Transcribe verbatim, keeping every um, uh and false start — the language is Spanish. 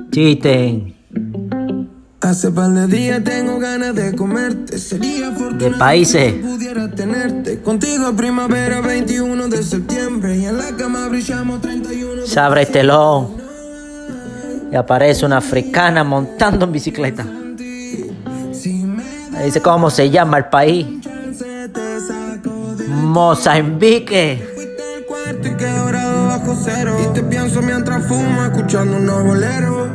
Chiste. Hace par de días tengo ganas de comerte. Sería fortuna De países. si pudiera tenerte. Contigo primavera veintiuno de septiembre. Y en la cama brillamos treinta y uno. Se abre el telón y aparece una africana montando en bicicleta. Me dice cómo se llama el país. Mozambique. Y que ahora bajo cero. Y te pienso mientras fumo escuchando unos boleros.